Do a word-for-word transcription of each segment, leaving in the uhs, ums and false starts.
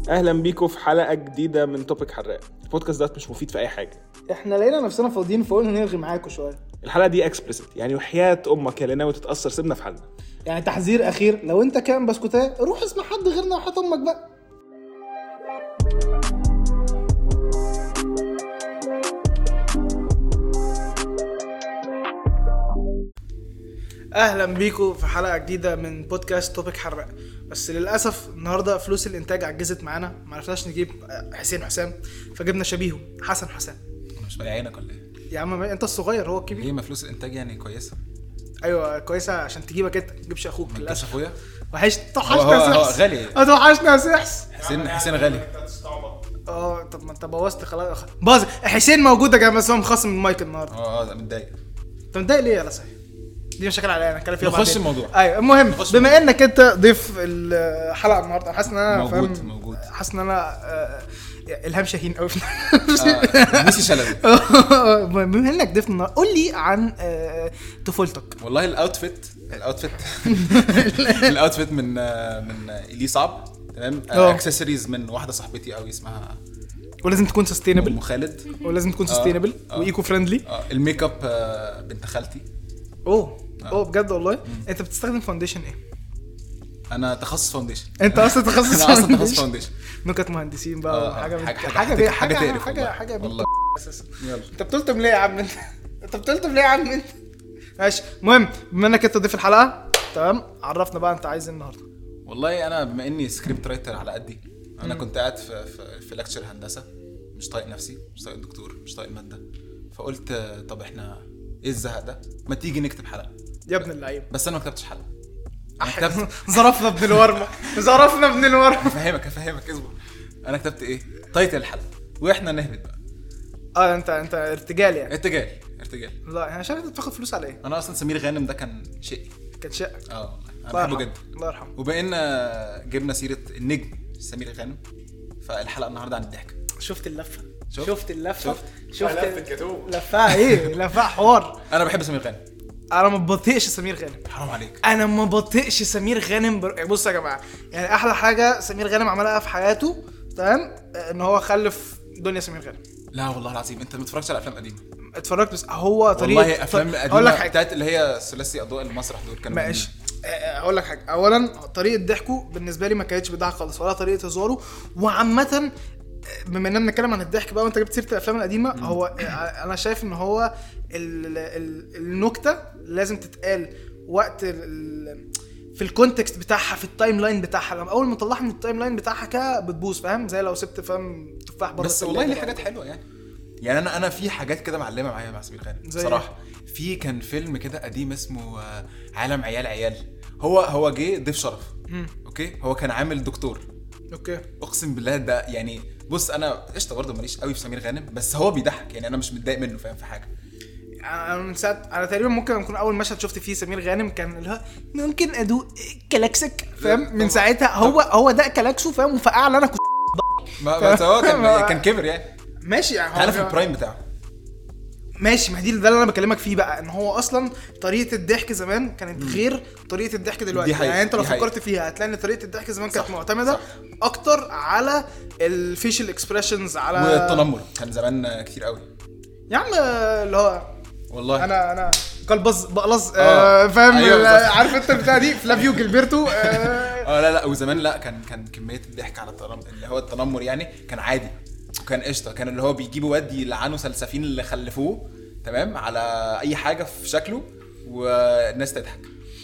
اهلا بيكم في حلقه جديده من توبيك حراق. البودكاست ده مش مفيد في اي حاجه، احنا لقينا نفسنا فاضيين فقلنا نلغي معاكم شويه. الحلقه دي اكسبليسيت يعني وحياه امك اللي ناوي تتاثر سيبنا في حالنا. يعني تحذير اخير، لو انت كان بسكوتاه روح اسمع حد غيرنا وحياة امك بقى. اهلا بيكم في حلقه جديده من بودكاست توبيك حراق. بس للاسف النهارده فلوس الانتاج عجزت معانا، ما عرفناش نجيب حسين حسام، فجبنا شبيهه حسن حسام. مش بايعينك ولا ايه يا عم انت الصغير هو الكبير. ليه؟ ما فلوس الانتاج يعني كويسه. ايوه كويسه عشان تجيبك انت، ما تجيبش اخوك. ما تجيبش اخويا. وحش توحشنا هو, هو سحس غالي. توحشنا سحس. حسين حسين غالي. اه طب ما انت بوظت خلاص. باظ. حسين موجود يا جماعه بس هو مخصم المايك النهارده. اه اه متضايق. انت متضايق ليه يا صحيح؟ دي مشاكل عليا انا اتكلم فيها بعدين. نخش الموضوع. ايوه المهم بما انك انت ضيف الحلقه النهارده، حاسس ان انا موجود فاهم موجود حاسس ان انا آه الهام شاهين قوي. آه ميسي شلبي. بما انك ضيف النهارده قول لي عن آه طفولتك. والله الاوتفيت الاوتفيت الاوتفيت من من اللي صعب تمام. اكسسوارز من واحده صاحبتي قوي اسمها، ولازم تكون سستينبل ام خالد، ولازم تكون سستينبل وايكو فريندلي. الميك اب بنت خالتي. اوه اوه بجد والله. مم. انت بتستخدم فاونديشن ايه؟ انا تخصص فاونديشن. انت اصلا تخصص انا اصلا تخصص فاونديشن. نكت مهندسين بقى آه حاجه حاجه حاجه حاجه حاجه حاجه حاجه والله اساسا. انت بتلتم ليه يا عم انت؟ انت بتلتم ليه يا عم انت؟ ماشي المهم بما انك انت ضيف الحلقه تمام، عرفنا بقى انت عايز ايه النهارده. والله انا بما اني سكريبت رايتر على قدي، انا مم. كنت قاعد في في, في لكتشر هندسه، مش طايق نفسي، مش طايق الدكتور، مش طايق الماده، فقلت طب احنا ايه الزهق ده، ما تيجي نكتب حلقه يا ابن اللعيب. بس انا ما كتبتش حلقه. كتبت ظرفنا ابن الورمه ظرفنا ابن الورمه. افهمك افهمك اصبر. انا كتبت ايه؟ تايتل الحلقه واحنا نهبط بقى. اه انت انت ارتجال يعني. ارتجال ارتجال. لا انا شايف انت بتاخد فلوس على ايه. انا اصلا سمير غانم ده كان شقي، كان شقك. اه انا بحبه جدا الله يرحمه. وبقينا جبنا سيره النجم سمير غانم، فالحلقه النهارده عن الضحك. شفت اللفه شفت, شفت اللفه شفت, شفت الكتوب لفه ايه لفه حوار. انا بحب سمير غانم. انا ما بطيقش سمير غانم. حرام عليك. انا ما بطيقش سمير غانم. بر... بص يا جماعه، يعني احلى حاجه سمير غانم عملها في حياته تمام ان هو خلف دنيا سمير غانم. لا والله العظيم انت ما اتفرجتش على افلام قديمه. اتفرجت بس هو طريقه والله افلام قديمه بتاعت اللي هي ثلاثي اضواء المسرح دول كانوا ماشي. اقول لك حاجه، اولا طريقه ضحكه بالنسبه لي ما كانتش بضحك خالص، ولا طريقه هزاره. وعامه بما اننا بنتكلم عن الضحك بقى وانت جبت سيره الافلام القديمه، م. هو انا شايف ان هو ال ال النكته لازم تتقال وقت ال في الكونتكست بتاعها، في التايم لاين بتاعها. لما اول ما طلعها من التايم لاين بتاعها كده بتبوظ، فاهم؟ زي لو سبت فاهم تفاح بره. بس والله ليه حاجات حلوه يعني. يعني انا انا في حاجات كده معلمه معايا مع سمير غانم بصراحه. في كان فيلم كده قديم اسمه عالم عيال عيال، هو هو جه ضيف شرف. م. اوكي هو كان عامل دكتور. اوكي اقسم بالله ده يعني بص انا قشطه برضه ماليش قوي في سمير غانم، بس هو بيضحك يعني انا مش متضايق منه، فاهم في حاجه. انا من ساعه انا تقريبا ممكن اكون اول مشهد شفت فيه سمير غانم كان اللي هو ممكن ادوق كلاكسك، فاهم؟ من ساعتها هو هو ده كلاكسه، فاهم؟ وفقع انا كنت ما بس هو كان كان كبر يعني. ماشي يعني هو في البرايم بتاعه. ماشي، ما دي ده اللي انا بكلمك فيه بقى، ان هو اصلا طريقه الضحك زمان كانت غير طريقه الضحك دلوقتي. يعني انت لو فكرت فيها هتلاقي ان طريقه الضحك زمان كانت معتمده صح. اكتر على الفيشل اكسبريشنز، على والتنمر كان زمان كتير قوي يا عم. اللي هو والله انا انا قلبز بقلص آه فاهم. أيوة عارف انت بتاع دي فلافيو جilberto اه, آه لا لا وزمان لا كان كان كميه الضحك على التنمر اللي هو التنمر يعني كان عادي وكان قشطه. كان اللي هو بيجيبوا واد يلعنوا سلسفين اللي خلفوه تمام على اي حاجه في شكله والناس تضحك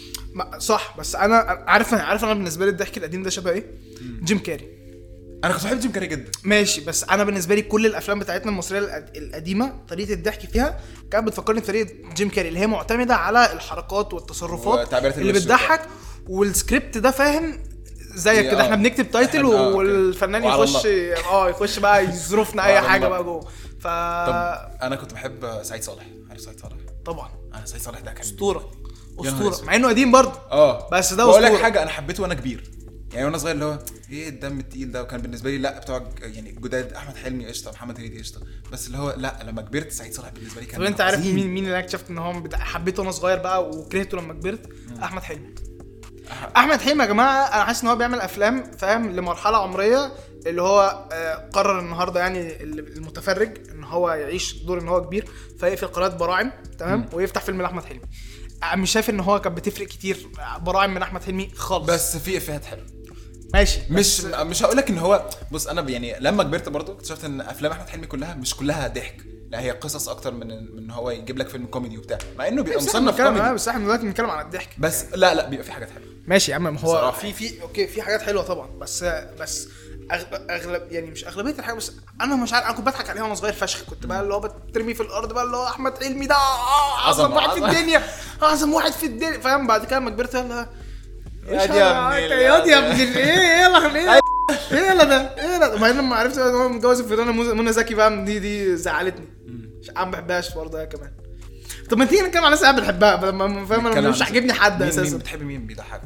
صح. بس انا عارف عارف انا بالنسبه لي الضحك القديم ده شبه ايه؟ جيم كاري. انا كنت بحب جيم كاري جدا. ماشي بس انا بالنسبه لي كل الافلام بتاعتنا المصريه القديمه طريقه الضحك فيها كانت بتفكرني بطريقه جيم كاري اللي هي معتمده على الحركات والتصرفات اللي بتضحك والسكريبت ده، فاهم؟ زيك كده احنا بنكتب تايتل والفنان يخش اه يخش بقى يظرفنا اي حاجه بقى جوه. ف طب انا كنت بحب سعيد صالح. عارف سعيد صالح؟ طبعا انا سعيد صالح ده كان اسطوره اسطوره مع انه قديم برضه اه بس ده اسطوره. بقول لك حاجه انا حبيته وانا كبير يعني وانا صغير اللي هو ايه الدم التقيل ده، وكان بالنسبه لي لا بتوع يعني جداد احمد حلمي قشطه محمد هنيدي قشطه، بس اللي هو لا لما كبرت سعيد صالح بالنسبه لي كان. طب انت عارف مين مين اللي اكتشفت ان هو حبيته وانا صغير بقى وكرهته لما كبرت؟ م. احمد حلمي. احمد حلمي يا جماعه انا حاسس ان هو بيعمل افلام فاهم لمرحله عمريه اللي هو آه قرر النهارده يعني المتفرج ان هو يعيش دور ان هو كبير فيقفل قناه براعم تمام ويفتح فيلم لاحمد حلمي. مش شايف ان هو كانت بتفرق كتير براعم من احمد حلمي خالص. بس في افيهات حلوه ماشي. مش مش هقول لك ان هو بص انا يعني لما كبرت برضو اكتشفت ان افلام احمد حلمي كلها مش كلها ضحك، لا هي قصص اكتر من من هو يجيب لك فيلم كوميدي وبتاع، مع انه بيبقى مصنف كوميدي. بس احنا دلوقتي بنتكلم عن الضحك بس لا لا بيبقى في حاجات حلوه. ماشي يا عم، ما هو في في اوكي في حاجات حلوه طبعا، بس بس اغلب يعني مش اغلبيه الحاجات. بس انا مش عارف، انا كنت بضحك عليها وانا صغير فشخ. كنت بقى اللي هو بترمي في الارض بقى اللي هو احمد حلمي ده اعظم واحد في الدنيا، اعظم واحد في الدنيا فاهم. بعد كده لما كبرت يلا يا دي يا ابني يا دي يا ابني ايه يلا ايه ايه لا ده ايه لا. ما لما عرفت ان هو متجوز الفنانه منى زكي بقى دي دي زعلتني، مش عم بحبهاش برضه هي كمان. طب ما تيجي نتكلم على ناس انا بنحبها فاهم. انا مش عاجبني حد اساسا. مين بتحب مين بيضحك؟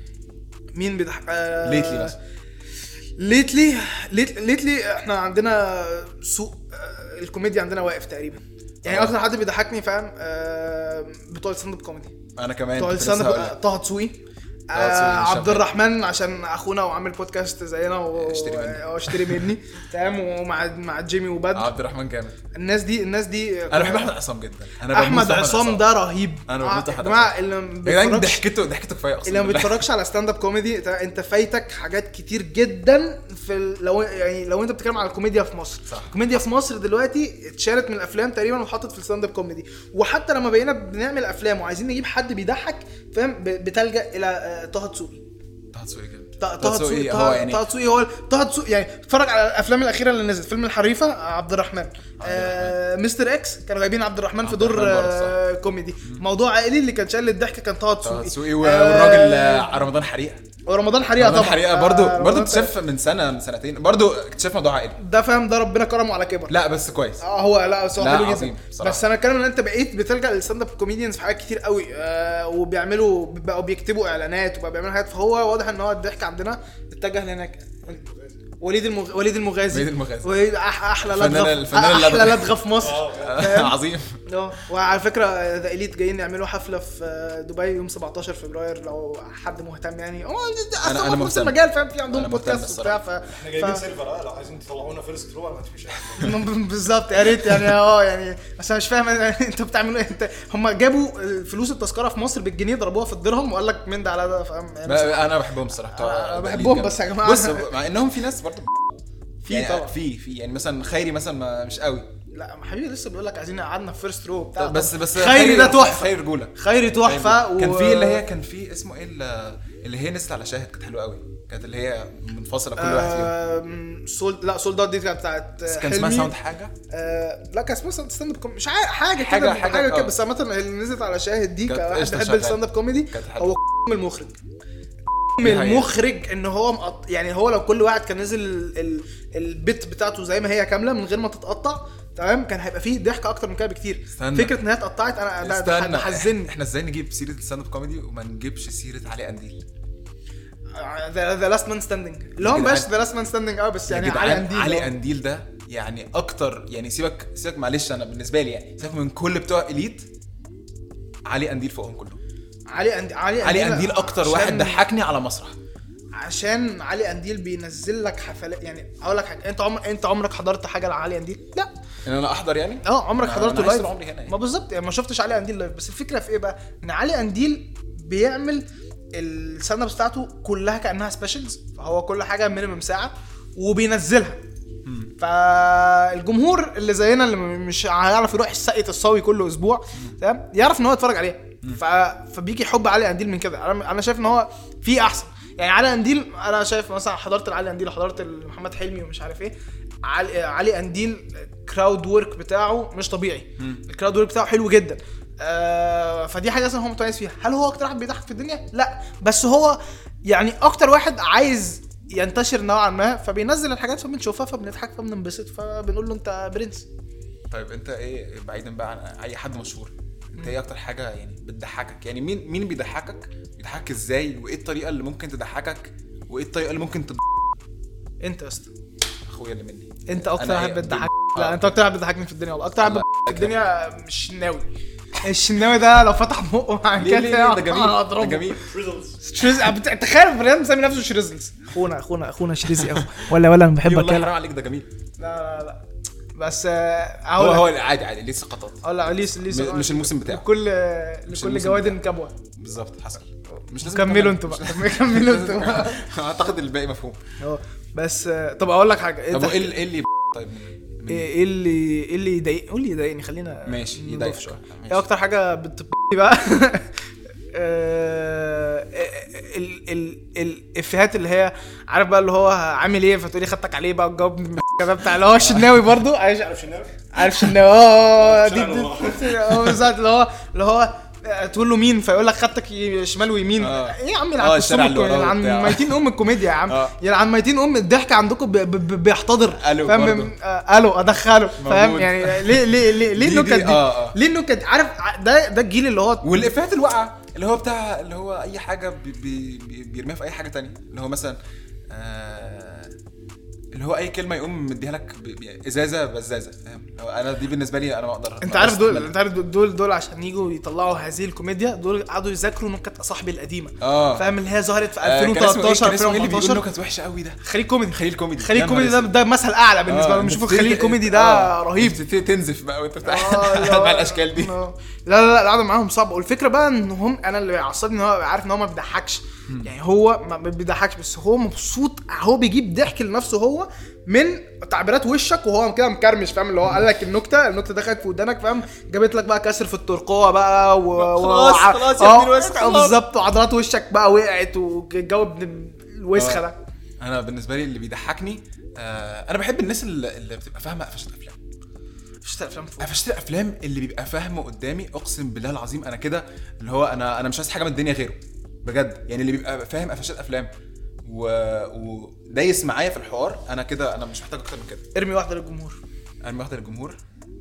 مين بيضحك آه... ليتلي بس ليتلي ليتلي احنا عندنا سوق الكوميديا عندنا واقف تقريبا يعني. أوه. اكتر حد بيضحكني فاهم آه بتوع الستاند اب كوميدي. انا كمان بتوع الستاند اب طه دسوقي آه عبد الرحمن عشان اخونا وعامل بودكاست زينا واشتري مني تمام. ومع مع جيمي وبدر. عبد الرحمن جامد. الناس دي الناس دي انا بحب احمد عصام جدا. انا احمد عصام ده رهيب. انا بموت يا جماعه اللي ضحكته ضحكته كفايه اصلا. اللي ما بيتفرجش على ستاند اب كوميدي انت فايتك حاجات كتير جدا في لو يعني لو انت بتتكلم على الكوميديا في مصر. صح. الكوميديا في مصر دلوقتي اتشالت من الافلام تقريبا وحطت في الستاند اب كوميدي. وحتى لما بقينا بنعمل افلام وعايزين نجيب حد بيضحك فاهم بتلجأ الى طه دسوقي. طه دسوقي جامد. طه دسوقي هو يعني طه دسوقي هو طه دسوقي يعني. اتفرج على الافلام الاخيره اللي نزلت. فيلم الحريفه عبد الرحمن آه مستر اكس كانوا جايبين عبد الرحمن في دور آه كوميدي. موضوع عائلي اللي كان شايل الضحك كان طه دسوقي. طه دسوقي والراجل آه رمضان حريقه. ورمضان حريقه طبعا. حريقه برضو آه برضو اكتشف من سنه من سنتين برضو اكتشف موضوع عائلي ده فاهم. ده ربنا كرمه على كبر. لا بس كويس. اه هو لا بس هو حلو جدا. صراحة. بس انا اتكلم ان انت بقيت بتلجأ للستاند اب كوميديانز في حاجات كتير قوي آه وبيعملوا بقوا بيكتبوا اعلانات وبقوا بيعملوا حاجات. فهو واضح ان هو الضحك عندنا اتجه لهناك. وليد المغ... وليد المغازي وليد المغازي وليد أح... احلى لدغه احلى لدغه في مصر عظيم. اه وعلى فكره ذا إليت جايين يعملوا حفله في دبي يوم سبعتاشر فبراير لو حد مهتم يعني. اه انا انا في المجال فاهم. في عندهم بودكاست وبتاع ف احنا جايبين سيرفر اه لو عايزين تطلعونا فيرست رو انا ما فيش بالظبط يا ريت يعني. اه يعني بس انا مش فاهم انتوا بتعملوا ايه. انت هم جابوا فلوس التذكره في مصر بالجنيه ضربوها في الدرهم وقال لك من ده على ده فاهم. انا بحبهم الصراحه بحبهم بس يا جماعه بص مع انهم في ناس برضه في يعني طبعا في في يعني مثلا خيري مثلا مش قوي. لا حبيبي لسه بيقول لك عايزين قعدنا في فيرست رو بتاع. بس بس خيري ده تحفه. خير رجوله. خيري تحفه و... كان في اللي هي كان في اسمه ايه اللي هي نزلت على شاهد كانت حلوه قوي. كانت اللي هي منفصله كل واحد فيهم. سولد لا سولد دي كانت بتاعت كان اسمها ساوند حاجه آه لا كان اسمها ستاند اب مش عارف حاجه كده حاجه, حاجة كده. بس مثلا اللي نزلت على شاهد دي كان بحب الستاند اب كوميدي. هو المخرج المخرج ان هو مقط... يعني هو لو كل واحد كان نزل ال... البيت بتاعته زي ما هي كامله من غير ما تتقطع تمام كان هيبقى فيه ضحك اكتر من كده بكتير. استنى. فكره ان هي اتقطعت انا ده حزني. احنا ازاي نجيب سيره الستاند اب كوميدي وما نجيبش سيره علي قنديل؟ ذا لاست مان ستاندينج اللي هو مش ذا لاست مان ستاندينج اه بس يعني علي قنديل. علي قنديل ده يعني اكتر يعني سيبك سيبك معلش انا بالنسبه لي يعني سيبك من كل بتوع اليت علي قنديل فوقهم كلهم. علي قنديل علي, علي قنديل اكتر واحد ضحكني على مسرح عشان علي قنديل بينزل لك حفلات. يعني اقول لك حاجه انت عمر انت عمرك حضرت حاجه لعلي قنديل؟ لا ان انا احضر يعني اه عمرك حضرته لايف؟ يعني. ما بالظبط يعني ما شفتش علي قنديل لايف. بس الفكره في ايه بقى ان علي قنديل بيعمل الستاند اب بتاعته كلها كانها سبيشلز. فهو كل حاجه مينيمم ساعه وبينزلها. فالجمهور اللي زينا اللي مش هيعرف يروح السقية الصاوي كل اسبوع تمام يعرف ان هو يتفرج عليها. ف... فبيجي حب علي قنديل من كده. انا انا شايف ان هو في احسن يعني علي قنديل. انا شايف مثلا حضرت علي قنديل حضرت محمد حلمي ومش عارف ايه. علي علي قنديل كراود وورك بتاعه مش طبيعي. الكراود وورك بتاعه حلو جدا. آه فدي حاجه اصلا هو متميز فيها. هل هو اكتر واحد بيضحك في الدنيا؟ لا بس هو يعني اكتر واحد عايز ينتشر نوعا ما فبينزل الحاجات فبنشوفها فبنضحك فبننبسط فبنقول له انت برنس. طيب انت ايه بعيدا بقى عن اي حد مشهور انت ايه اكتر حاجه يعني بتضحكك؟ يعني مين مين بيضحكك بيضحكك ازاي وايه الطريقه اللي ممكن تضحكك وايه الطريقه اللي ممكن تض... انت يا اسطى اخويا اللي مني انت اكتر واحد بتضحك. لا انت اكتر واحد بتضحكني في الدنيا والله. اكتر واحد في الدنيا مش ناوي الشناوي ده لو فتح بقه عن ليه ليه كده ده جميل ده جميل. شريز تخيل بريان مسمي نفسه شريزلز. اخونا اخونا اخونا شريزي اهو ولا ولا انا بحبك والله يلا. حرام عليك ده جميل. لا لا لا بس هو هو عادي عادي ليه سقطات. اه لا ليه ليه مش الموسم بتاعه كل لكل جواد كبوه بالظبط حصل. مش لازم كملوا انتوا بقى كملوا انتوا بقى. اعتقد الباقي مفهوم. اه بس طب اقول لك حاجه. طب ايه اللي ايه اللي طيب ايه اللي ايه اللي يضايق قول لي يضايقني خلينا ماشي يضايق شويه. ايه اكتر حاجه بتبقى بقى ال ال الافيهات اللي هي عارف بقى اللي هو عامل ايه فتقولي خدتك عليه بقى الجواب كده بتاع اللي هو الشناوي برضو عارف شناوي عارف شناوي اه دي اه بالظبط اللي هو اللي هو تقول له مين فيقول لك خدتك شمال ويمين. آه. ايه يا عم العن ميتين ام الكوميديا يا عم آه. يا عن ميتين ام الضحك عندكم بيحتضر فاهم. الو ادخله فاهم يعني ليه ليه ليه ليه النكت دي آه. ليه النكت عارف ده ده الجيل اللي هو والافيهات الواقعه اللي هو بتاع اللي هو اي حاجه بي بي بيرميها في اي حاجه تانية اللي هو مثلا آه اللي هو اي كلمه يقوم مديها لك ازازه بزازه فاهم. انا دي بالنسبه لي انا ما اقدر. انت عارف دول انت عارف دول دول عشان يجوا يطلعوا هذه الكوميديا دول قعدوا يذاكروا نكت صاحبي القديمه آه. فاهم اللي هي ظهرت في ألفين وتلتاشر ألفين وأربعتاشر نكت وحشه قوي ده. خليل كوميدي خليل كوميدي خليل كوميدي ده ده مثل اعلى بالنسبه لهم. شوفوا خليل كوميدي ده آه. رهيب. تنزف بقى وانت بتاع مع الاشكال دي. لا لا لا القعده معاهم صعبه. والفكره بقى ان هم انا اللي عصبني ان هو عارف ان هو ما بيضحكش يعني هو ما بيضحكش بس هو مبسوط. هو بيجيب ضحك لنفسه هو من تعبيرات وشك وهو كده مكرمش فاهم اللي هو قال لك النكته النكته دخلت في ودانك فاهم جابت لك بقى كسر في الترقوه بقى و... خلاص خلاص يا ابني الوسخ بالظبط وعضلات وشك بقى وقعت والجو ابن الوسخه ده. انا بالنسبه لي اللي بيضحكني آه انا بحب الناس اللي, اللي بتبقى فاهمه قفشات افلام قفشات افلام قفشات الافلام اللي بيبقى فاهمه قدامي اقسم بالله العظيم انا كده اللي هو انا انا مش عايز حاجه من الدنيا غيره بجد يعني اللي بيبقى فاهم قفشات افلام و... ودايس معايا في الحوار انا كده انا مش محتاج اكتر من كده. ارمي واحده للجمهور. ارمي واحده للجمهور.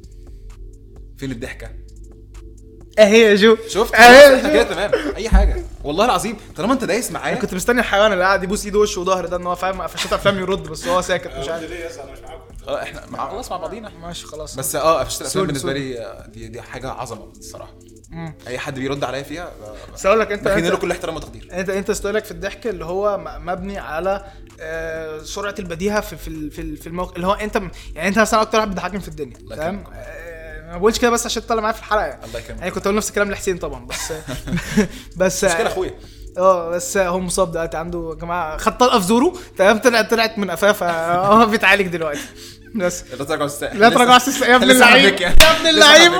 فين الضحكه اهي يا جو شفت احنا كده تمام اي حاجه والله العظيم طالما انت دايس معايا. كنت مستني الحيوان اللي قاعد يبوس ايده وشه وظهره ده ان هو فاهم قفشات افلام يرد بس هو ساكت مش عارف ليه يا انا مش معاكم خلاص احنا مع خلاص مع بعضينا ماشي خلاص بس اه قفشات الافلام بالنسبه لي دي دي حاجه عظمه الصراحه. مم. اي حد بيرد عليا فيها بس اقول لك انت بخلي له كل احترام وتقدير. انت انت ستايلك في الضحك اللي هو مبني على آه سرعه البديهه في في في الموقف اللي هو انت يعني انت مثلا اكتر واحد بيضحكني في الدنيا فاهم. ما بقولش كده بس عشان تطلع معايا في الحلقه يعني, يعني كنت اقول نفس الكلام لحسين طبعا بس بس مشكله اخويا اه بس هو مصاب دلوقتي عنده يا جماعه خد طلقه في زوره تمام طلعت طلعت من قفاه هو بيتعالج دلوقتي بس لا ترجع الساعه لا ترجع الساعه يا ابن اللعيب يا ابن اللعيب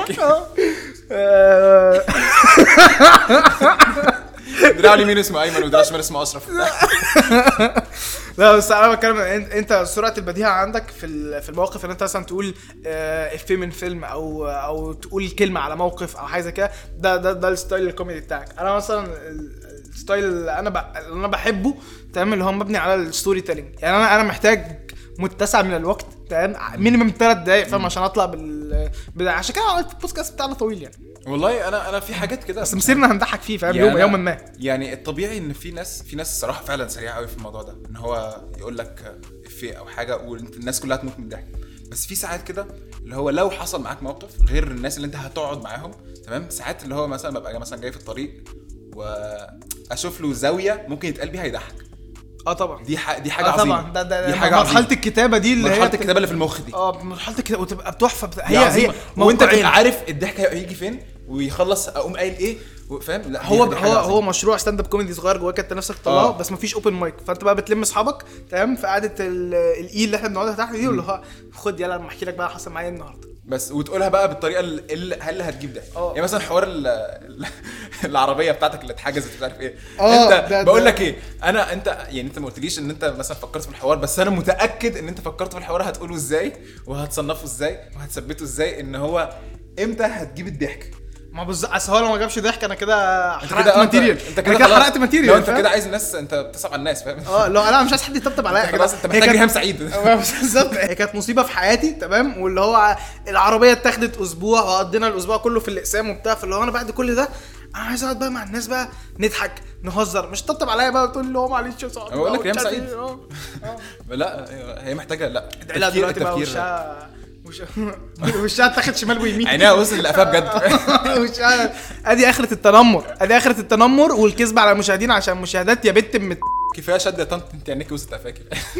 دراع اليمين اسمه ايمن ودراع الشمال اسمه اشرف. لا بس انا بتكلم انت سرعه البديهه عندك في في المواقف اللي انت مثلا تقول افيه من فيلم او او تقول كلمه على موقف او حاجه زي كده ده ده ده الستايل الكوميدي بتاعك. انا مثلا الستايل اللي انا اللي انا بحبه تمام اللي هو مبني على الستوري تيلينج يعني انا انا محتاج متسع من الوقت تمام مينيمم ثلاث دقايق فاهم عشان اطلع بال عشان كده البودكاست بتاعنا طويل يعني والله انا انا في حاجات كده بس مسيرنا هنضحك فيه فاهم يعني يوم يوما ما يعني الطبيعي ان في ناس في ناس الصراحه فعلا سريعه قوي في الموضوع ده ان هو يقول لك افيه او حاجه والناس كلها تموت من الضحك بس في ساعات كده اللي هو لو حصل معاك موقف غير الناس اللي انت هتقعد معاهم تمام ساعات اللي هو مثلا ببقى مثلا جاي في الطريق واشوف له زاويه ممكن يتقال بيها يضحك اه طبعا دي ح... دي حاجه آه عظيمه طبعا ده ده دي حاجه مرحله الكتابه دي اللي هي مرحله الكتابه اللي في المخ دي اه مرحله الكتابه وتبقى تحفه بت... هي هي وانت بتبقى عارف الضحك هيجي فين ويخلص اقوم قايل ايه فاهم. لا هو هو هو مشروع ستاند اب كوميدي صغير جواك انت نفسك تطلعه بس مفيش اوبن مايك فانت بقى بتلم اصحابك تمام في قعده الاي اللي احنا بنقعدها تحت دي واللي هو خد يلا انا احكي لك بقى حصل معايا النهارده بس وتقولها بقى بالطريقه اللي هل هتجيب ده يعني مثلا حوار العربيه بتاعتك اللي اتحجزت مش عارف ايه انت بقول لك ايه انا انت يعني انت ما قلتليش ان انت مثلا فكرت في الحوار بس انا متاكد ان انت فكرت في الحوار هتقوله ازاي وهتصنفه ازاي وهتثبته ازاي ان هو امتى هتجيب الضحك. ما بالظبط اصل هو لو ما جابش ضحك انا كده حرقت ماتيريال انت كده حرقت ماتيريال لو انت كده عايز الناس انت بتصعب على الناس فاهم اه لا انا مش عايز حد يطبطب عليا كده انت محتاج ريهام سعيد بالظبط. هي كانت مصيبه في حياتي تمام واللي هو العربيه اتاخدت اسبوع وقضينا الاسبوع كله في الاقسام وبتاع فاللي هو انا بعد كل ده انا عايز اقعد بقى مع الناس بقى نضحك نهزر مش تطبطب عليا بقى وتقول لي هو معلش يا صاحبي اقول لك ريهام سعيد لا هي محتاجه لا لا دلوقتي بقى وشها وش وشها تاخد شمال ويمين عينيها وصل لقفاه بجد. وشها ادي اخره التنمر ادي اخره التنمر والكذب على المشاهدين عشان مشاهدات يا بنت مت... كفايه شد يا طنط انت عينيك وصلت قفاكي.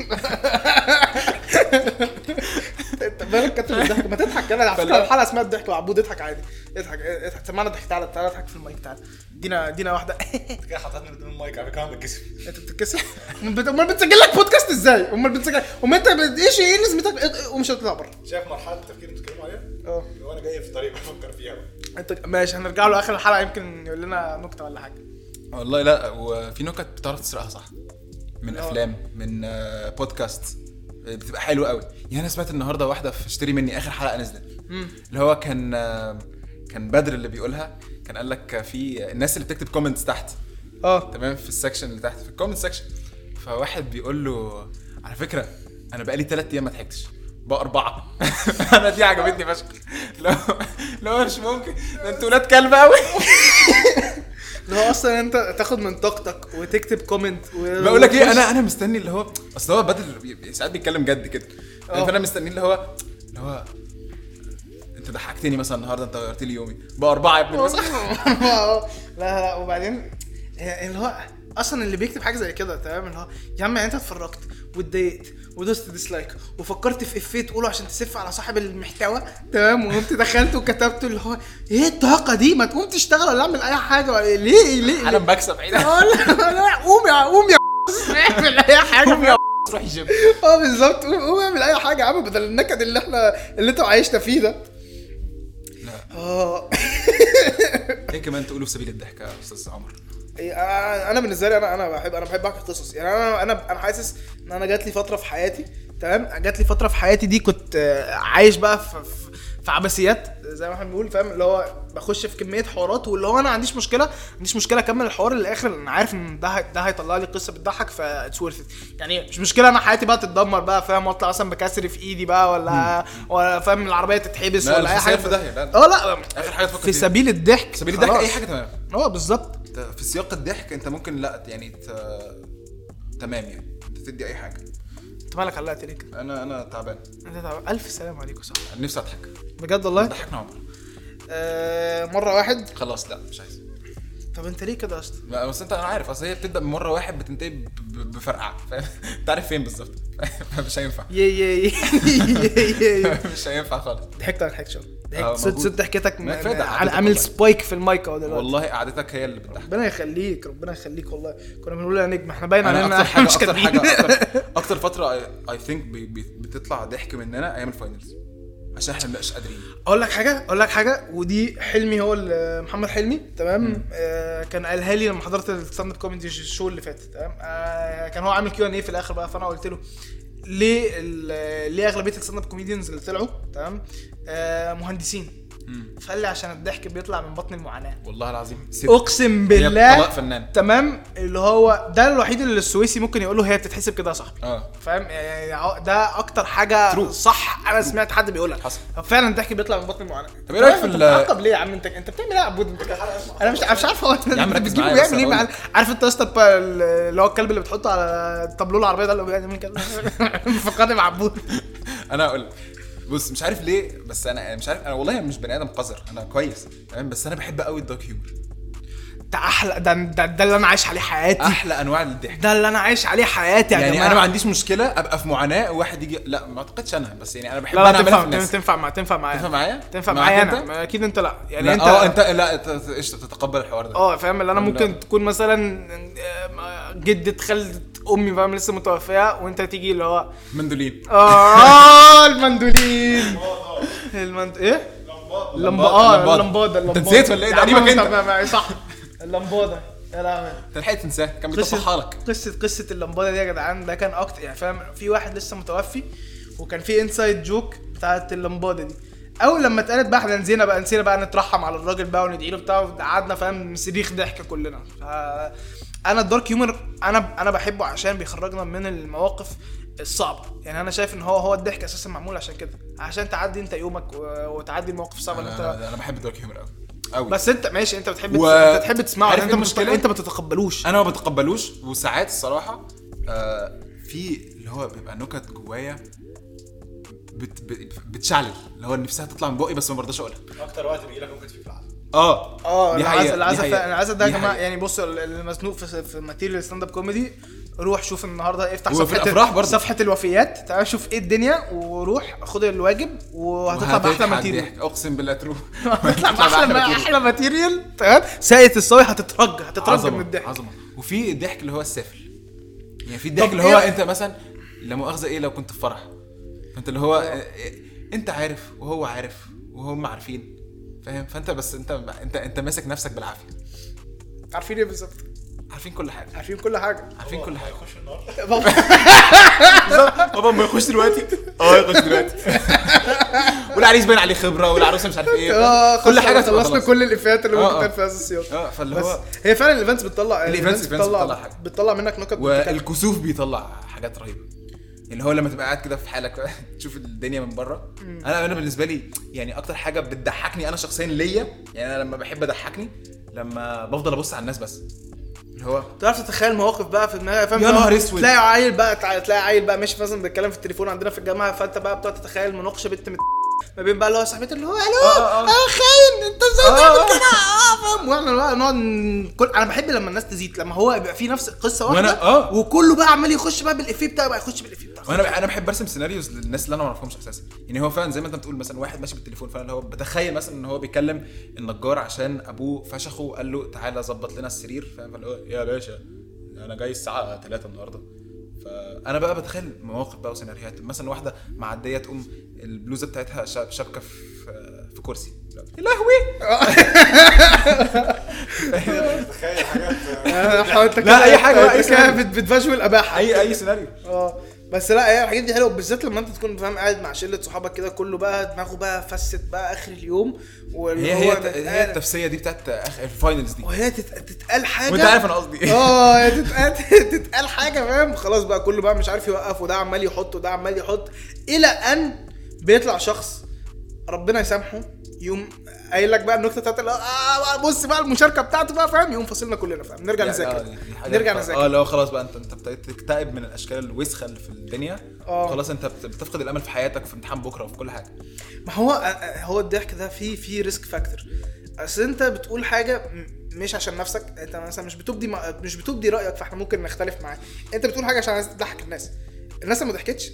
انت بالك كتر الضحك ما تضحك كده على فكره الحلقه اسمها الضحك وعبود اضحك عادي اضحك اضحك سمعنا ضحك تعالى تعالى اضحك في المايك تعالى ادينا ادينا واحده. انت كده حطيتني قدام المايك على فكره انا بتكسف. انت بتتكسف امال بتسجل لك بودكاست ازاي امال بتسجل امال انت ايش ايه لازمتك ومش هتطلع بره. شايف مرحله التفكير اللي بتتكلموا عليها اه وانا جاي في طريق بفكر فيها. انت ماشي هنرجع له اخر الحلقه يمكن يقول لنا نكته ولا حاجه. والله لا وفي نكت بتعرف تسرقها صح من اه. افلام من آه، بودكاست بتبقى حلوه قوي. يعني انا سمعت النهارده واحده في اشتري مني اخر حلقه نزلت اللي هو كان آه، كان بدر اللي بيقولها كان قال لك في الناس اللي بتكتب كومنتس تحت اه تمام في السكشن اللي تحت في الكومنت سكشن. فواحد بيقول له على فكره انا بقالي ثلاث ايام ما ضحكتش بقى اربعه. انا دي عجبتني فشخ. لو لو مش ممكن ده انتوا ولاد كلب قوي. اللي هو اصلا انت تاخد من طاقتك وتكتب كومنت و... بقول لك ايه انا انا مستني اللي هو اصل هو بدر بي- ساعات بيتكلم جد كده فانا مستني اللي هو اللي هو انت ضحكتني مثلا النهارده انت غيرت لي يومي بقى اربعه يا ابني مثلا. لا لا وبعدين اللي هو اصلا اللي بيكتب حاجه زي كده تمام اللي هو يا عم انت اتفرجت واتضايقت ودوست ديسلايك وفكرت في افيه تقوله عشان تسف على صاحب المحتوى تمام وقمت دخلت وكتبت اللي هو ايه الطاقه دي ما تقوم تشتغل ولا اعمل اي حاجه ولا ليه ليه انا بكسب عيد. اه لا لا قوم يا قوم يا اعمل اي حاجه قوم يا روح الجيم. اه بالظبط قوم قوم اعمل اي حاجه يا عم بدل النكد اللي احنا اللي انتوا عايشنا فيه ده. لا اه ايه كمان تقولوا في سبيل الضحك يا استاذ عمر؟ إيه، انا انا بالنسبه لي انا انا بحب انا بحب احكي قصص يعني انا انا انا حاسس ان انا جات لي فتره في حياتي تمام جات لي فتره في حياتي دي كنت آه، عايش بقى في في- في عبثيات زي ما احنا بنقول فاهم اللي هو بخش في كميه حوارات واللي هو انا ما عنديش مشكله ما عنديش مشكله اكمل الحوار للاخر انا عارف ان ده هي- ده هيطلع لي قصه بتضحك فاتس ورث يعني مش مشكله انا حياتي بقى تتدمر بقى فاهم واطلع مثلا بكسر في ايدي بقى ولا ولا فاهم العربيه تتحبس لا، ولا اي مش حاجه في داهية، لا. اه لا اخر حاجه تفكر في فيها. سبيل الضحك سبيل الضحك خلاص. اي حاجه تمام. اه بالظبط انت في سياق الضحك انت ممكن لا يعني ت... تمام يعني انت تدي اي حاجه. انت مالك علقت ليه كده انا انا تعبان انت تعب- الف سلام عليكم صح انا نفسي اضحك بجد والله ضحكنا عمر. آه مره واحد خلاص لا مش عايز. طب انت ليه كده اصلا لا، بس انت انا عارف اصل هي بتبدا من مره واحد بتنتهي ب- ب- بفرقعه فاهم. انت عارف فين بالظبط. مش هينفع. يي يي يي مش هينفع خالص. ضحكت ولا ضحكتش اه، ضحكت صوت موجود. صوت ضحكتك ما م- كفاية ده عامل قعدتك عامل والله. سبايك في المايك اهو دلوقتي والله قعدتك هي اللي بتضحك. ربنا يخليك ربنا يخليك والله كنا بنقول يا نجم احنا باين انا علينا اكتر حاجه مش اكتر كاتبين. حاجه اكتر, أكتر فتره اي ثينك بتطلع ضحك مننا ايام الفاينلز عشان احنا مش قادرين. اقول لك حاجه اقول لك حاجه ودي حلمي هو ال- محمد حلمي تمام آه كان قالها لي لما حضرت الستاند اب كوميدي شو اللي فات تمام آه كان هو عامل كيو ان اي في الاخر بقى فانا قلت له ليه ال- ليه اغلبيه الستاند اب كوميديانز اللي طلعوا تمام آه مهندسين فقال لي عشان الضحك بيطلع من بطن المعاناه والله العظيم ست. اقسم هي بالله طلاق فنان. تمام اللي هو ده الوحيد اللي السويسي ممكن يقول له هي بتتحسب كده يا صاحبي اه فاهم يعني ده اكتر حاجه True. صح انا سمعت حد بيقولها حصل. فعلا الضحك بيطلع من بطن المعاناه طب ايه رأيك في انت ال- بتعاقب ليه يا عم انت انت بتعمل ايه يا عبود انت انا مش مش عارف هو يا عم ركز بتجيبه معايا بس بيعمل ايه هقول مع عارف انت يا اسطى الب- اللي هو الكلب اللي بتحطه على طابلوه العربيه ده اللي هو بيعمل كده فكرني بعبود انا اقول لك. بص مش عارف ليه بس انا مش عارف انا والله مش بني ادم قذر انا كويس تمام بس انا بحب قوي الدارك هيومر. ده احلى ده, ده ده اللي انا عايش عليه حياتي احلى انواع الضحك. ده اللي انا عايش عليه حياتي يا يعني جماعه انا ما عنديش مشكله ابقى في معاناه وواحد يجي لا ما اعتقدش انا بس يعني انا بحب لا انا لا اعملها في تنفع الناس. تنفع مع تنفع معايا تنفع معايا تنفع معاك معايا انت؟ انا ما اكيد انت لا يعني لا، انت اه انت لا ت- ت- قشطه تتقبل الحوار ده. اه فاهم اللي انا لا. ممكن تكون مثلا آه، جدة خالة امي فاهم لسه متوفيه وانت تيجي اللي هو مندولين. اه المندولين المند ايه اللمبه اه اللمبادة. اللمبادة انت اللمبادة نسيت ولا ايه؟ ده قريبك انت. انت صح اللمبادة يا لهوي انت لحقت تنساه كان بيطفحها لك. قصه قصه اللمبادة دي يا جدعان ده كان اكتر يعني فاهم في واحد لسه متوفي وكان في انسايد جوك بتاعت اللمبادة دي اول لما اتقالت بقى احنا نسينا بقى نسينا بقى نترحم على الراجل بقى وندعي له بتاع قعدنا فاهم صريخ ضحك كلنا ف انا الدارك هيومر انا انا بحبه عشان بيخرجنا من المواقف الصعبه يعني انا شايف ان هو هو الضحك اساسا معمول عشان كده عشان تعدي انت يومك و- وتعدي المواقف الصعبه اللي انت انا انا بحب الدارك هيومر قوي قوي. بس انت ماشي انت بتحب و- انت تحب تسمعه عارف انت ايه مش المشكلة؟ انت ما تتقبلوش انا ما بتقبلوش وساعات الصراحه آه في اللي هو بيبقى نكت جوايا بت... بت... بتشعلل اللي هو نفسها تطلع من بقي بس ما برضاش اقولها. اكتر وقت بيجي لك ممكن تفيك في العسل. اه اه دي حقيقة، العزا دي العزا حقيقة. العزا ده يا دي جماعه حقيقة. يعني بص المزنوق في في ماتيريال ستاند اب كوميدي، روح شوف النهارده افتح وفي صفحه الأفراح برضه. صفحه الوفيات تعال شوف ايه الدنيا وروح خد الواجب وهتطلع باحلى وهتضحك ماتيريال. ضحك. اقسم بالله تروح هتطلع باحلى احلى ماتيريال تمام. ساقية الصاوي هتترج هتترج من الضحك. عظمه. وفي الضحك اللي هو السافل يعني في الضحك طب اللي هو إيه؟ انت مثلا لا مؤاخذه ايه لو كنت في فرح فانت اللي هو إيه انت عارف وهو عارف وهم عارفين فاهم فانت بس انت انت انت ماسك نفسك بالعافيه. عارفين ايه بالظبط؟ عارفين كل حاجه عارفين كل حاجه. عارفين كل حاجه. هيخش النار. بابا ما يخش دلوقتي اه يخش دلوقتي والعريس باين عليه خبره والعروسه مش عارف ايه اه كل حاجه خلصنا خلصنا كل الافيهات اللي آه، ممكن آه. تتقال في هذا السياق. اه فاللي بس هو هي فعلا الايفنتس بتطلع الإيفنتس بتطلع بتطلع حاجة. بتطلع منك نكت بتتكلم. والكسوف بيطلع حاجات رهيبه اللي هو لما تبقى قاعد كده في حالك تشوف الدنيا من بره. انا انا بالنسبه لي يعني اكتر حاجه بتضحكني انا شخصيا ليا يعني انا لما بحب اضحكني لما بفضل ابص على الناس بس اللي هو تعرف تتخيل مواقف بقى في دماغك فاهم. يا اللي هو نهار اسود. تلاقي عيل بقى تع- تلاقي عيل بقى ماشي مثلا بيتكلم في التليفون عندنا في الجامعه فانت بقى بتقعد تتخيل مناقشه بنت مت... ما بين بقى اللي هو صاحبتي اللي هو الو آه، آه. انا خاين انت ازاي آه، تعمل آه. كده اه فاهم. واحنا بقى نقعد ن- كل انا بحب لما الناس تزيد لما هو يبقى في نفس القصه واحده وأنا- آه. وكله بقى عمال يخش بقى بالافيه بتاعه بقى يخش بالافيه بتاعه. وانا انا بحب ارسم سيناريوز للناس اللي انا ما اعرفهمش اساسا يعني هو فعلا زي ما انت بتقول مثلا واحد ماشي بالتليفون فعلا اللي هو بتخيل مثلا ان هو بيكلم النجار عشان ابوه فشخه وقال له تعالى ظبط لنا السرير فاهم فاللي هو يا باشا انا جاي الساعه ثلاثة النهارده. فانا بقى بتخيل مواقف بقى وسيناريوهات مثلا واحده معديه تقوم البلوزه بتاعتها شاب- شبكه في في كرسي يا لهوي تخيل حاجات. حاولت لا، أي حاجة بقى، أي كده سيناريو. بتفشول الاباحه. اي اي سيناريو. اه بس لا هي الحاجات دي حلوه بالذات لما انت تكون فاهم قاعد مع شله صحابك كده كله بقى دماغه بقى فست بقى اخر اليوم واللي هي هو هي هي التفسير دي بتاعت اخر الفاينلز دي وهي تت- تتقال حاجه وانت عارف انا قصدي ايه. اه هي تتقال تتقال حاجه فاهم. خلاص بقى كله بقى مش عارف يوقف وده عمال يحط وده عمال يحط الى ان بيطلع شخص ربنا يسامحه يوم قايل لك بقى النكته بتاعت اللي هو اه بص بقى المشاركه بتاعته بقى فاهم يقوم فاصلنا كلنا فاهم نرجع يعني نذاكر آه، دي حاجة نرجع ف- نذاكر اه لو خلاص بقى انت انت ابتديت تكتئب من الاشكال الوسخه اللي في الدنيا آه. خلاص انت بت- بتفقد الامل في حياتك وفي امتحان بكره وفي كل حاجه. ما هو هو الضحك ده فيه فيه ريسك فاكتور. اصل انت بتقول حاجه م- مش عشان نفسك انت مثلا مش بتبدي ما- مش بتبدي رايك فاحنا ممكن نختلف معاه. انت بتقول حاجه عشان عايز تضحك الناس الناس اللي ما ضحكتش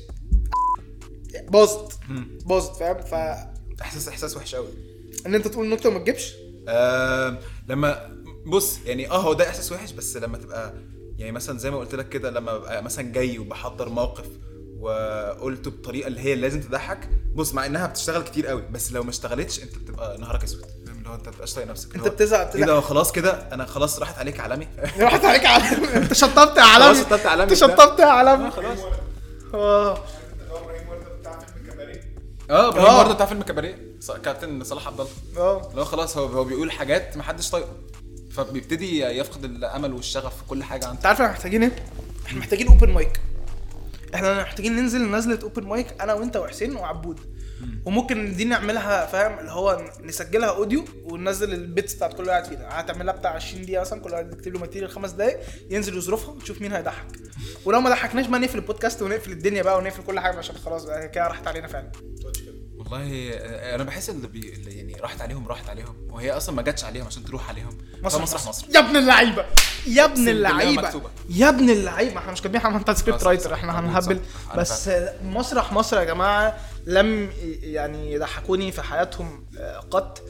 باظت باظت فاهم. ف احساس احساس وحش قوي. ان انت تقول نكته وما تجيبش آه لما بص يعني اه هو ده احساس وحش بس لما تبقى يعني مثلا زي ما قلت لك كده لما ببقى مثلا جاي وبحضر موقف وقلته بطريقه اللي هي لازم تضحك بص مع انها بتشتغل كتير قوي بس لو ما اشتغلتش انت بتبقى نهارك اسود فاهم اللي هو انت بتبقاش طايق نفسك انت بتزعل ايه بتزعل ده خلاص كده انا خلاص راحت عليك عالمي راحت عليك على انت شطبت يا عالمي خلاص شطبت عالمي انت شطبت يا عالمي خلاص اه ابراهيم ورده بتاع فيلم الكباريه. اه آه. ابراهيم برضه بتاع فيلم كاباريه ص- كابتن صلاح عبد الله اه اللي هو خلاص هو هو بيقول حاجات ما حدش طايقه فبيبتدي يفقد الامل والشغف في كل حاجه عنده. انت عارف احنا محتاجين ايه؟ احنا محتاجين اوبن مايك. احنا محتاجين ننزل نزله اوبن مايك انا وانت وحسين وعبود وممكن دي نعملها فاهم اللي هو نسجلها اوديو وننزل البيتس بتاعت كل واحد فينا. هتعملها بتاع عشرين دقيقه مثلا كل واحد يكتب له ماتيريال خمس دقايق ينزل يظروفها نشوف مين هيضحك. ولو ما ضحكناش ما نقفل البودكاست ونقفل الدنيا بقى ونقفل كل حاجه عشان خلاص بقى كده راحت علينا فعلا. والله انا بحس اللي, بي... اللي يعني راحت عليهم راحت عليهم وهي اصلا ما جاتش عليهم عشان تروح عليهم. مسرح مسرح مصر. مصر يا ابن اللعيبه يا ابن بالله اللعيبه مكتوبة. يا ابن اللعيبه احنا مش كاتبين حاجه انت سكريبت صح، رايتر صح، احنا صح، هنهبل صح. بس مسرح مصر يا جماعه لم يعني يضحكوني في حياتهم قط.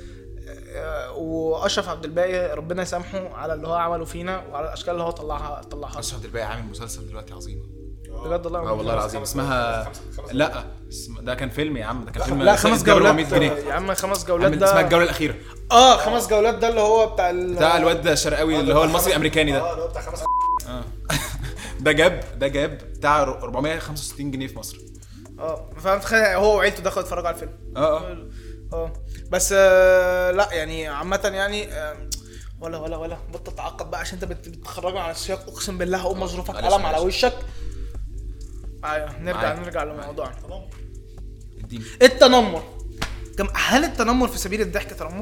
واشرف عبد الباقي ربنا يسامحه على اللي هو عمله فينا وعلى الاشكال اللي هو طلعها طلعها اشرف عبد الباقي عامل مسلسل دلوقتي عظيمه بجد والله. اه والله العظيم اسمها لا اسم... ده كان فيلم يا عم ده كان فيلم لا خمس سعر جولات أربعمية جنيه يا عم خمس جولات عامل اسمها ده الجوله الاخيره اه خمس جولات ده اللي هو بتاع ال... بتاع الواد الشرقاوي اللي هو المصري الامريكاني ده اه اللي هو بتاع خمس. اه ده جاب ده جاب بتاع أربعمية وخمسة وستين جنيه في مصر. اه فهمت خ- هو وعيلته دخلوا يتفرجوا على الفيلم. اه اه اه بس آه لا يعني عامه يعني آه ولا ولا ولا بطل تعقد بقى عشان انت بت- بتخرجنا على السياق اقسم بالله هقوم مظروفك معلش، قلم على معلش. وشك. ايوه نرجع معاك. نرجع لموضوعنا. اديني التنمر كم هل التنمر في سبيل الضحك تنمر؟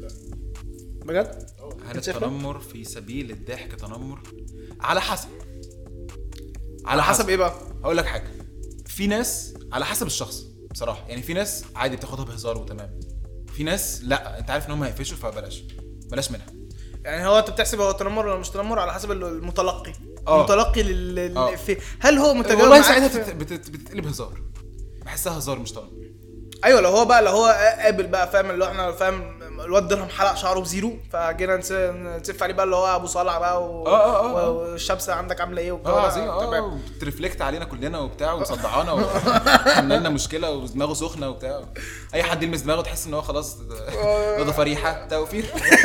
بجد؟ هل أنت شايف ده؟ التنمر في سبيل الضحك تنمر؟ على حسب على حسب ايه بقى؟ هقول لك حاجه في ناس على حسب الشخص بصراحه. يعني في ناس عادي بتاخدها بهزار وتمام، في ناس لا انت عارف ان هم هيفشوا فبلاش بلاش منها. يعني هو انت بتحسب هو تنمر ولا مش تنمر على حسب المتلقي. آه. المتلقي لل آه. في هل هو متجاوز والله معاك ساعتها في- بتت- بتت- بتتقلب هزار، بحسها هزار مش تنمر. ايوه لو هو بقى لو هو قابل بقى فاهم اللي هو احنا فاهم الواد درهم حلق شعره بزيرو فجينا نس- نسف عليه بقى اللي هو ابو صالح بقى و... آه، آه، آه. والشمس عندك عامله ايه وبتاع اه ده، عظيم تمام. اه بترفلكت علينا كلنا وبتاع ومصدعانا وعملنا لنا مشكله ودماغه سخنه وبتاع. اي حد يلمس دماغه تحس ان هو خلاص ده ده فريحه توفير.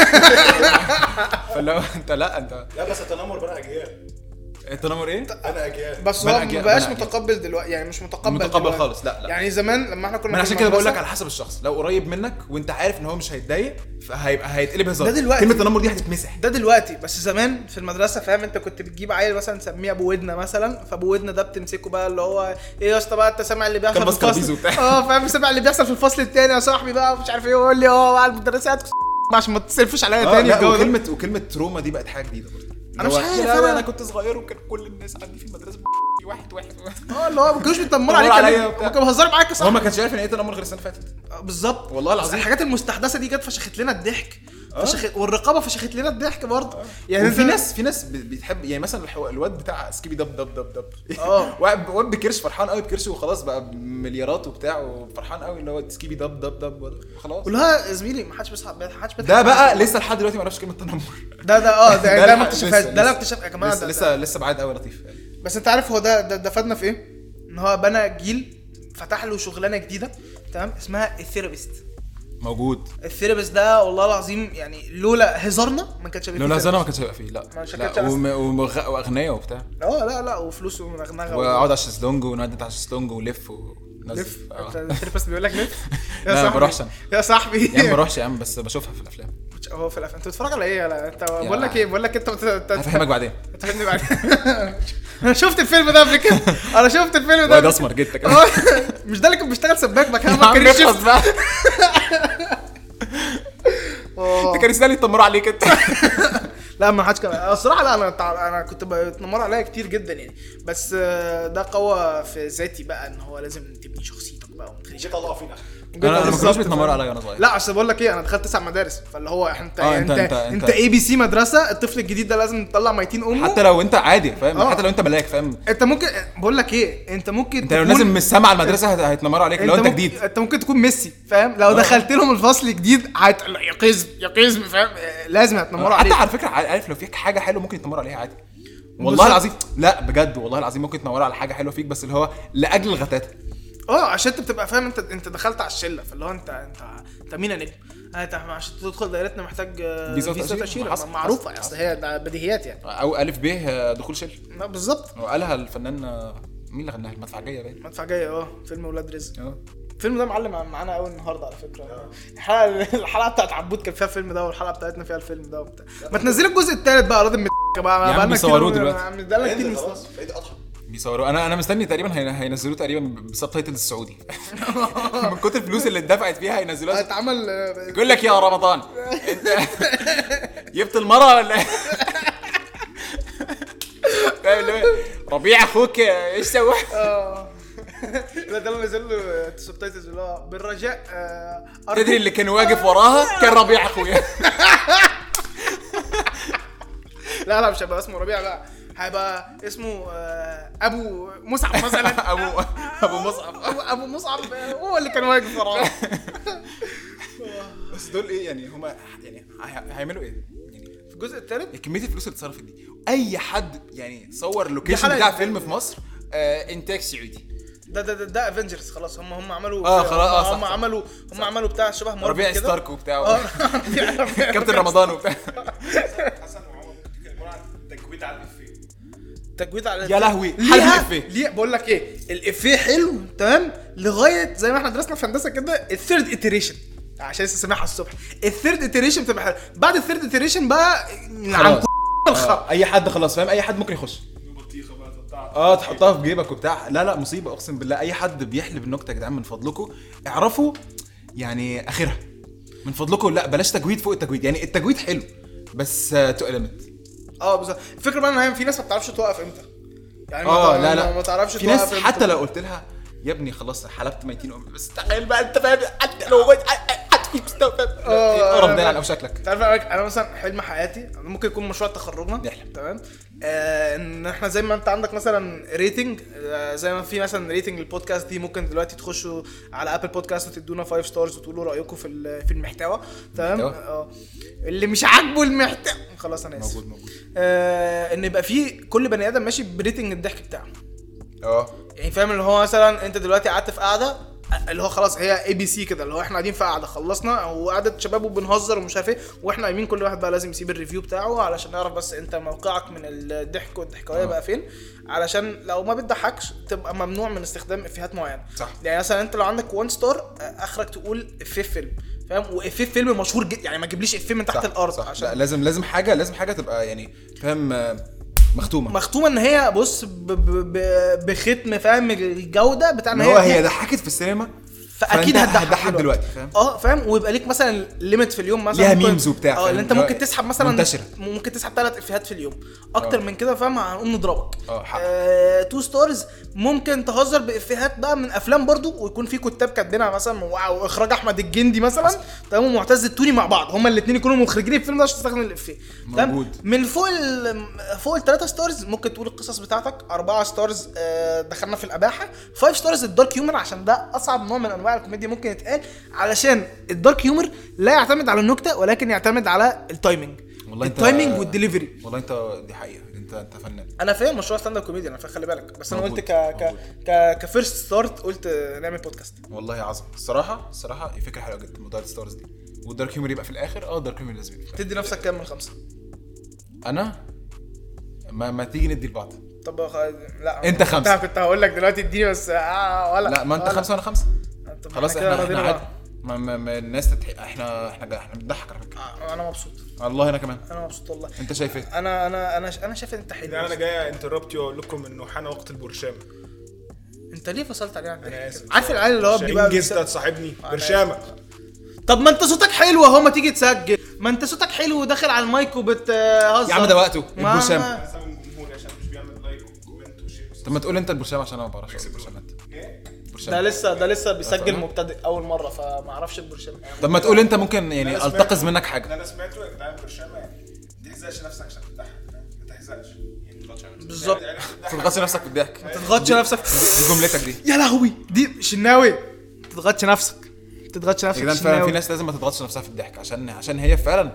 فلو انت لا انت لا بس التنمر بقى اجيال. التنمر ايه؟ انا اجيال. بس ما هو أنا ما أجي- بقاش ما أنا أجي. متقبل دلوقتي يعني مش متقبل متقبل دلوقتي. خالص، لا لا. يعني زمان لما احنا كنا ما انا في عشان كده بقول لك المدرسة- على حسب الشخص، لو قريب منك وانت عارف ان هو مش هيتضايق فهيبقى هيتقلب هزار. ده دلوقتي. كلمه التنمر دي هتتمسح. ده دلوقتي بس زمان في المدرسه فاهم انت كنت بتجيب عيل مثلا تسميه ابو ودنه مثلا فابو ودنه ده بتمسكه بقى اللي هو ايه يا اسطى بقى انت سامع اللي بيحصل كان في ماسك البيز الفصل وبتاع. اه فاهم سامع اللي بيحصل في الفصل التاني يا صاحبي بقى مش عارف ايه يقول لي اه بقى المدرسات عشان ما تصرفش عليا اه تاني لا الجو ده. وكلمه وكلمه تروما دي بقت حاجه جديده برضه. أنا مش هو- عارف، لا، أنا- انا كنت صغير وكان كل الناس عندي في المدرسه واحد واحد واحد. اه اللي هو ما كانوش بيتنمروا بيتنمروا عليك عليا عليا وبتاع. كانوا بيهزروا معاك يا هو صاحبي ما كانش عارف ان ايه تنمر غير السنه اللي فاتت. آه، بالظبط والله العظيم. الحاجات المستحدثه دي جت فشخت لنا الضحك فشخ... والرقابه فشخت لنا الضحك برضه يعني انت- في ناس في ناس ب- بتحب يعني مثلا الحو- الواد بتاع سكيبي دب دب دب دب اه. واد واد بكرش فرحان قوي بكرش وخلاص بقى مليارات وبتاع وفرحان قوي اللي هو سكيبي دب دب دب وخلاص. قولها يا زميلي ما حدش بيصحى ما حدش بيضحك ده بقى على- لسه لحد دلوقتي ما عرفش كلمه تنمر. ده ده اه ده ده ده ما لح- اكتشفهاش لسه- ده لا لسه- اكتشف يا جماعه لسه ده- لسه لسه بعاد قوي لطيف. بس انت عارف هو ده ده, ده فادنا في ايه؟ ان هو بنى جيل فتح له شغلانه جديده تمام اسمها الثيرابيست. موجود. الثيرابيست ده والله العظيم يعني لولا هزارنا ما كانش هيبقى لولا فيه زنا ما therapist. كانش هيبقى فيه لا ما عشان لا كده وم- ومغ- واغنياء وبتاع اه لا لا وفلوسه منغنغه واقعد على الشезлونج ونقعد على الشезлونج ولف وننزل. لف آه. انت الثيرابيست بيقول لك لف لا، ما بروحش أنا. يا صاحبي يا عم ما بروحش يا عم بس بشوفها في الافلام. هو في الافلام انت بتتفرج على ايه يا انت بقول لك ايه بقول لك انت انت انت- هفهمك بعدين. انت فهمني بعدين انا شفت الفيلم ده قبل كده انا شفت الفيلم ده واد قبل اسمر جدا كده. اه، مش ده اللي كان بيشتغل سباك مكان يا ما عم كان اخلص يشوف بقى. انت كان يستاهل يتنمروا عليك انت. لا ما حدش كان الصراحه لا انا تع- انا كنت بتنمر عليا كتير جدا يعني بس آه، ده قوه في ذاتي بقى ان هو لازم تبني شخصيتك بقى وما تخليش جيت طلعوا فينا. انا انا ما كنتش بالظبط. بيتنمروا عليا وانا صغير. لا اصل بقول لك ايه انا دخلت تسع مدارس فاللي هو انت اه، انت انت- انت, انت- انت انت- اي بي سي مدرسه الطفل الجديد ده لازم تطلع ميتين امه حتى لو انت عادي فاهم اه. حتى لو انت ملاك فاهم انت ممكن بقول لك ايه انت ممكن انت لو تكون- نازل من السما على المدرسه هت- هيتنمروا عليك لو انت ممكن- جديد. انت ممكن تكون ميسي فاهم لو دخلت لهم الفصل جديد هت... يا قزم يا قزم فاهم آه، لازم يتنمروا حتى عليك على فكره عارف لو فيك حاجه حلوه ممكن يتنمروا عليها عادي. والله بالظبط. العظيم لا بجد والله العظيم ممكن يتنمروا على حاجه حلوه فيك بس اللي هو لاجل الغتاتة. اه عشان انت بتبقى فاهم انت انت دخلت على الشله فاللي هو انت انت انت مين يا نجم انت عشان تدخل دايرتنا محتاج آه، فيزا فيزا وتأشيرة. تاشيره حصل- معروفه حصل- اصل هي ده بديهيات يعني او الف ب دخول شل. لا بالظبط وقالها الفنان مين اللي غناها المدفعجيه باين. مدفع جاي اه فيلم ولاد رزق اه الفيلم ده معلم معانا قوي النهارده على فكره الحلقه الحلقه بتاعت عبود كان فيها الفيلم ده والحلقه بتاعتنا فيها الفيلم ده وبتاع ما تنزل الجزء الثالث بقى راضي بقى يا عم بقالنا بيصوروه كتير- دلوقتي. يا عم ده لنا كتير عندي مستني. خلاص بقيت اضحك. بيصوروا انا انا مستني تقريبا هي- هينزلوه تقريبا بسبتايتل السعودي. من كتر الفلوس اللي اتدفعت فيها هينزلوها. هيتعمل آه، يقول لك يا رمضان انت جبت المرة ولا ايه؟ فاهم اللي هو ربيع اخوك ايش سوى؟ اه لا ده اللي نزل له السبتايتلز اللي هو بالرجاء آه، أرجو- تدري اللي كان واقف وراها كان ربيع اخويا. لا لا مش هيبقى اسمه ربيع بقى هيبقى اسمه آه، ابو مصعب مثلا ابو ابو مصعب. ابو ابو مصعب آه، هو اللي كان واقف وراه بس دول ايه يعني هما يعني هي- هيعملوا ايه؟ يعني في الجزء الثالث كمية الفلوس اللي اتصرفت دي اي حد يعني صور لوكيشن حلقة- بتاع فيلم في مصر آه انتاج سعودي. ده ده ده, ده افنجرز خلاص هم هم عملوا اه، خلاص، اه، هم, صح، هم صح. عملوا هم عملوا بتاع شبه مارفل ربيع كده. ستارك وبتاع اه ربيع- ربيع- كابتن رمضان وبتاع. حسن وعمر ممكن يتكلموا عن تجويد على الافيه. تجويد على يا لهوي، حلب ليها الإفيه. ليه بقول لك ايه الافيه حلو تمام لغايه زي ما احنا درسنا في هندسه كده الثيرد اتريشن عشان لسه سامعها الصبح الثيرد اتريشن بتبقى حلو بعد الثيرد اتريشن بقى عن خلاص. كل الخط آه، اي حد خلاص فاهم اي حد ممكن يخش. بطيخه بقى تقطع. اه تحطها في جيبك وبتاع. لا لا مصيبه اقسم بالله. اي حد بيحلب النكته يا جدعان من فضلكم اعرفوا يعني اخرها من فضلكم. لا بلاش تجويد فوق التجويد. يعني التجويد حلو بس تو اليمنت. اه بالظبط الفكره بقى ان هي في ناس ما بتعرفش توقف امتى يعني اه ما- لا ما- لا ما تعرفش في ناس توقف حتى إمتى. لو قلت لها يا ابني خلاص حلبت ميتين امي بس تخيل بقى انت فاهم حد لو حد في مستوى اه قرب ده على شكلك. تعرف انا مثلا حلم حياتي ممكن يكون مشروع تخرجنا نحلم. تمام آه ان احنا زي ما انت عندك مثلا ريتنج آه زي ما في مثلا ريتنج للبودكاست دي ممكن دلوقتي تخشوا على ابل بودكاست وتدونا خمسة ستارز وتقولوا رايكم في في المحتوى تمام اه اللي مش عاجبه المحتوى خلاص انا اسف موجود موجود آه ان يبقى في كل بني ادم ماشي بريتنج الضحك بتاعه اه يعني فاهم اللي هو مثلا انت دلوقتي قعدت في قاعده اللي هو خلاص هي اي بي سي كده اللي هو احنا قاعدين في قاعده خلصنا وقعدة شباب وبنهزر ومش عارف ايه واحنا قايمين كل واحد بقى لازم يسيب الريفيو بتاعه علشان نعرف بس انت موقعك من الضحك والضحكايه بقى فين علشان لو ما بتضحكش تبقى ممنوع من استخدام افيهات معينه صح. يعني مثلا انت لو عندك وان ستار اخرك تقول افيه فيلم فاهم وافيه فيلم مشهور جدا يعني ما تجيبليش افيه من تحت صح. الارض صح. عشان لازم لازم حاجه لازم حاجه تبقى يعني فاهم مختومه مختومه ان هي بص ب ب ب بختم فاهم الجوده بتاعنا هو هي ضحكت في السينما فاكيد هتضحك دلوقتي فاهم اه فاهم ويبقى ليك مثلا ليميت في اليوم مثلا ليها ميمز وبتاع اه اللي انت ممكن تسحب مثلا منتشرة. ممكن تسحب ثلاث افيهات في اليوم اكتر أوه. من كده فاهم هنقوم نضربك اه حق آه، تو ستارز ممكن تهزر بافيهات بقى من افلام برضو ويكون في كتاب كاتبينها مثلا واخراج احمد الجندي مثلا تمام ومعتز التوني مع بعض هما الاثنين يكونوا مخرجين الفيلم ده عشان تستخدم الافيه موجود. من فوق ال فوق الثلاثه ستارز ممكن تقول القصص بتاعتك أربعة ستارز آه دخلنا في الاباحه خمسة ستارز الدارك هيومر عشان ده اصعب نوع من انواع الكوميديا ممكن يتقال علشان الدارك هيومر لا يعتمد على النكته ولكن يعتمد على التايمنج والله انت التايمنج والدليفري والله انت دي حقيقه انت انت فنان انا فاهم مشروع ستاند اب كوميديا انا خلي بالك بس انا موجود. قلت ك ك ك كفيرست ستارت قلت نعمل بودكاست والله عظيم الصراحه الصراحه فكره حلوه جدا موضوع الستارز دي والدارك هيومر يبقى في الاخر اه الدارك هيومر لازم يبقى. تدي نفسك كام من خمسة انا ما, ما تيجي ندي لبعض طب خ... لا انت خمسة. كنت هقول لك دلوقتي اديني بس آه ولا لا ما انت ولا. خمسة وانا خمسة طب خلاص كده احنا راضيين احنا بعض. عادي ما, ما, ما الناس تتح... احنا احنا احنا بنضحك على فكره آه، انا مبسوط والله انا كمان انا مبسوط والله انت شايف ايه انا انا انا انا شايف ان انت حلو انا جاي انتربت واقول لكم انه حان وقت البرشامه. انت ليه فصلت عليه انا اسف عارف العيال اللي هو بيبقى انجز ده تصاحبني برشامه. طب ما انت صوتك حلو اهو ما تيجي تسجل ما انت صوتك حلو وداخل على المايك وبتهزر يا عم ده وقته ما- البرشام انا سامع الجمهور عشان مش بيعمل لايك وكومنت وشير. طب ما تقول انت البرشام عشان انا ما بعرفش اقول البرشامات ايه ده لسه ده لسه بيسجل مبتدئ اول مره فما اعرفش البرشام طب ما تقول انت ممكن يعني أنا سمعت- التقص منك حاجه اللي انا سمعته يا جدعان برشامه يعني ما تهزقش نفسك عشان تضحك ما تهزقش يعني ما تضغطش على نفسك. بالظبط. يعني ما تضغطش نفسك بالضحك تضغطش نفسك دي جملتك دي يا لهوي دي شناوي تضغطش نفسك تضغطش يا نفسك جدعان فعلا شناوي. في ناس لازم ما تضغطش نفسها في الضحك عشان عشان هي فعلا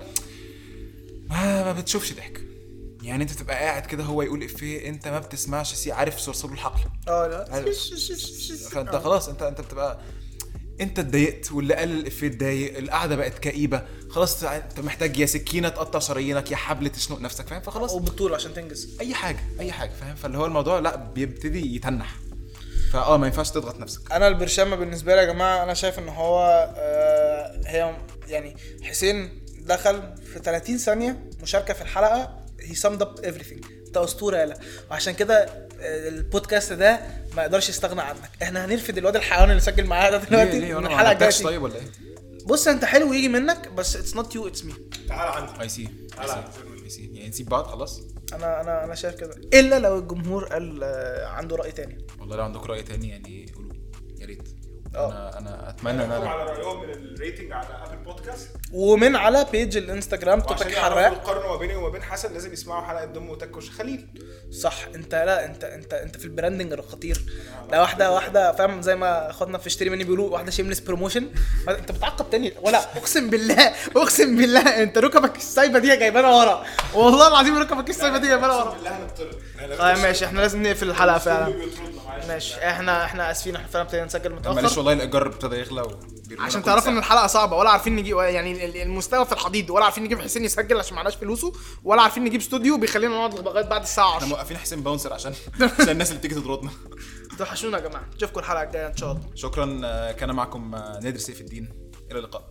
ما, ما بتشوفش ضحك يعني انت تبقى قاعد كده هو يقول افيه انت ما بتسمعش سي عارف صرصور الحقل اه لا عارف. فانت خلاص انت انت بتبقى انت اتضايقت واللي قال الافيه اتضايق القعده بقت كئيبه خلاص انت محتاج يا سكينه تقطع شرايينك يا حبل تشنق نفسك فاهم فخلاص وبالطول عشان تنجز اي حاجه اي حاجه فاهم فاللي هو الموضوع لا بيبتدي يتنح فاه ما ينفعش تضغط نفسك انا البرشامه بالنسبه لي يا جماعه انا شايف ان هو آه هي يعني حسين دخل في ثلاثين ثانيه مشاركه في الحلقه he summed up everything انت اسطوره يالا وعشان كده آه، البودكاست ده ما يقدرش يستغنى عنك احنا هنرفد الواد الحيوان اللي سجل معانا ده دلوقتي ليه من انا الحلقه ما الجايه طيب ولا ايه بص انت حلو يجي منك بس it's not you it's me تعال عندي اي سي تعال اي سي يعني نسيب بعض خلاص انا انا انا شايف كده الا لو الجمهور قال آه، عنده راي تاني والله لو عندك راي تاني يعني قولوا يا ريت اه. انا انا اتمنى ان نحكم انا على رايهم من الريتنج على ابل بودكاست ومن على بيج الانستجرام وعشان توبك يعرفوا حراق القرن ما بيني وما بين حسن لازم يسمعوا حلقه دم وتكوش خليل. صح انت لا انت انت انت في البراندنج الخطير ده واحده واحده فاهم زي ما اخدنا في اشتري مني بيقولوا واحده شيمليس بروموشن انت بتعقب تاني ولا اقسم بالله اقسم بالله انت ركبك السايبه دي جايبانا ورا والله العظيم ركبك السايبه دي جايبانا ورا بالله هنطرد. اه ماشي احنا لازم نقفل الحلقه فعلا ماشي احنا احنا اسفين احنا فعلا ابتدينا نسجل معلش متاخر والله الايجار ابتدى يغلى وبيرمونا عشان كل تعرفوا ساعة. ان الحلقه صعبه ولا عارفين نجيب يعني ال- المستوى في الحضيض ولا عارفين نجيب حسين يسجل عشان معناش فلوسه ولا عارفين نجيب استوديو بيخلينا نقعد لغايه بعد الساعه احنا عشرة موقفين حسين باونسر عشان عشان الناس اللي بتيجي تطردنا توحشونا يا جماعه نشوفكم الحلقه الجايه ان شاء الله شكرا آه، كان معكم آه، نادر سيف الدين الى اللقاء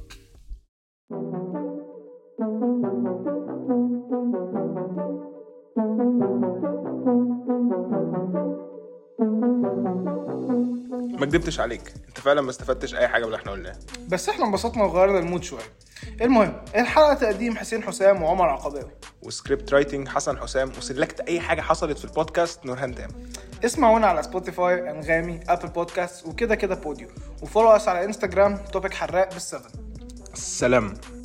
ما كدبتش عليك انت فعلا ما استفدتش اي حاجه من اللي احنا قلناه بس احنا انبسطنا وغيرنا المود شويه المهم الحلقه تقديم حسين حسام وعمر عقباوي وسكريبت رايتنج حسن حسام وسلكت اي حاجه حصلت في البودكاست نورهان تام اسمعونا على سبوتيفاي، انغامي، ابل بودكاست وكده كده بوديو، وفولو اس على انستجرام توبيك حراق بالسفن. السلام.